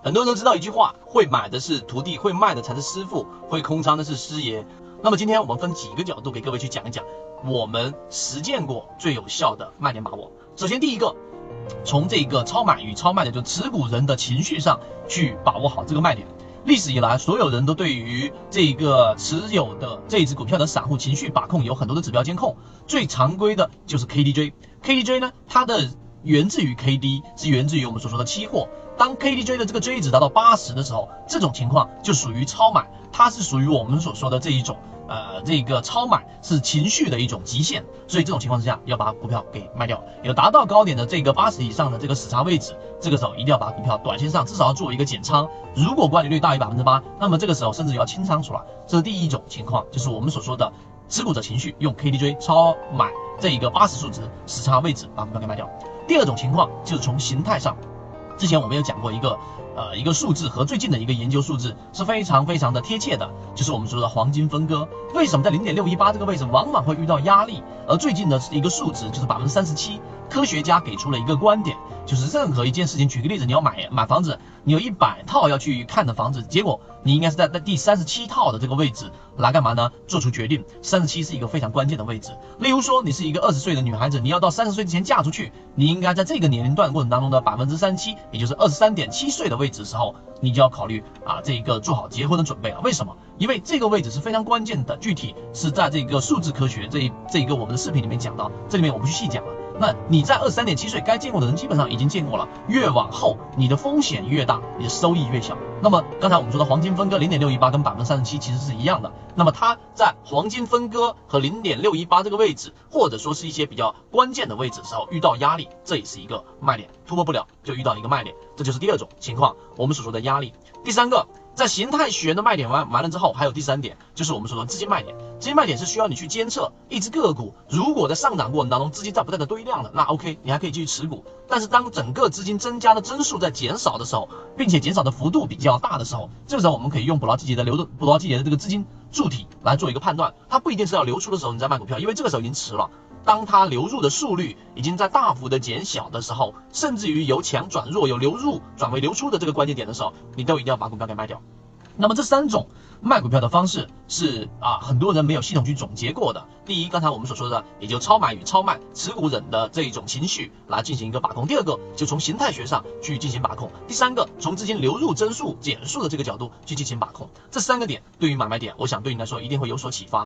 很多人都知道一句话，会买的是徒弟，会卖的才是师傅，会空仓的是师爷。那么今天我们分几个角度给各位去讲一讲，我们实践过最有效的卖点把握。首先第一个，从这个超买与超卖的就持股人的情绪上去把握好这个卖点。历史以来，所有人都对于这个持有的这一只股票的散户情绪把控有很多的指标监控，最常规的就是 KDJ。KDJ 呢，它的源自于 KD， 是源自于我们所说的期货。当 KDJ 的这个追值达到80的时候，这种情况就属于超买，它是属于我们所说的这一种这个超买是情绪的一种极限，所以这种情况之下要把股票给卖掉，有达到高点的这个80以上的这个死叉位置，这个时候一定要把股票短线上至少要做一个减仓，如果管理率大于8%，那么这个时候甚至要清仓出来。这是第一种情况，就是我们所说的持股者情绪用 KDJ 超买这一个80数值死叉位置把股票给卖掉。第二种情况就是从形态上，之前我们有讲过一个数字和最近的一个研究数字是非常的贴切的，就是我们说的黄金分割。为什么在0.618这个位置往往会遇到压力？而最近的一个数值就是37%。科学家给出了一个观点，就是任何一件事情，举个例子，你要买房子，你有100套要去看的房子，结果你应该是在第37套的这个位置来干嘛呢？做出决定。37是一个非常关键的位置。例如说，你是一个20岁的女孩子，你要到30岁之前嫁出去，你应该在这个年龄段过程当中的37%，也就是23.7岁的位置的时候，你就要考虑这个做好结婚的准备了。为什么？因为这个位置是非常关键的，具体是在这个数字科学这一个我们的视频里面讲到，这里面我不去细讲了。那你在23.7岁该见过的人基本上已经见过了，越往后你的风险越大，你的收益越小。那么刚才我们说的黄金分割0.618跟37%其实是一样的，那么它在黄金分割和0.618这个位置，或者说是一些比较关键的位置的时候遇到压力，这也是一个卖点，突破不了就遇到一个卖点，这就是第二种情况，我们所说的压力。第三个，在形态学的卖点完了之后，还有第三点，就是我们说的资金卖点。资金卖点是需要你去监测一只个股，如果在上涨过程当中资金在不断的堆量的，那 OK， 你还可以继续持股。但是当整个资金增加的增速在减少的时候，并且减少的幅度比较大的时候，这个时候我们可以用捕捞季节的这个资金柱体来做一个判断，它不一定是要流出的时候你再卖股票，因为这个时候已经迟了。当它流入的速率已经在大幅的减小的时候，甚至于由强转弱，由流入转为流出的这个关键点的时候，你都一定要把股票给卖掉。那么这三种卖股票的方式是很多人没有系统去总结过的。第一，刚才我们所说的，也就超买与超卖持股人的这一种情绪来进行一个把控。第二个，就从形态学上去进行把控。第三个，从资金流入增速减速的这个角度去进行把控。这三个点对于买卖点，我想对你来说一定会有所启发。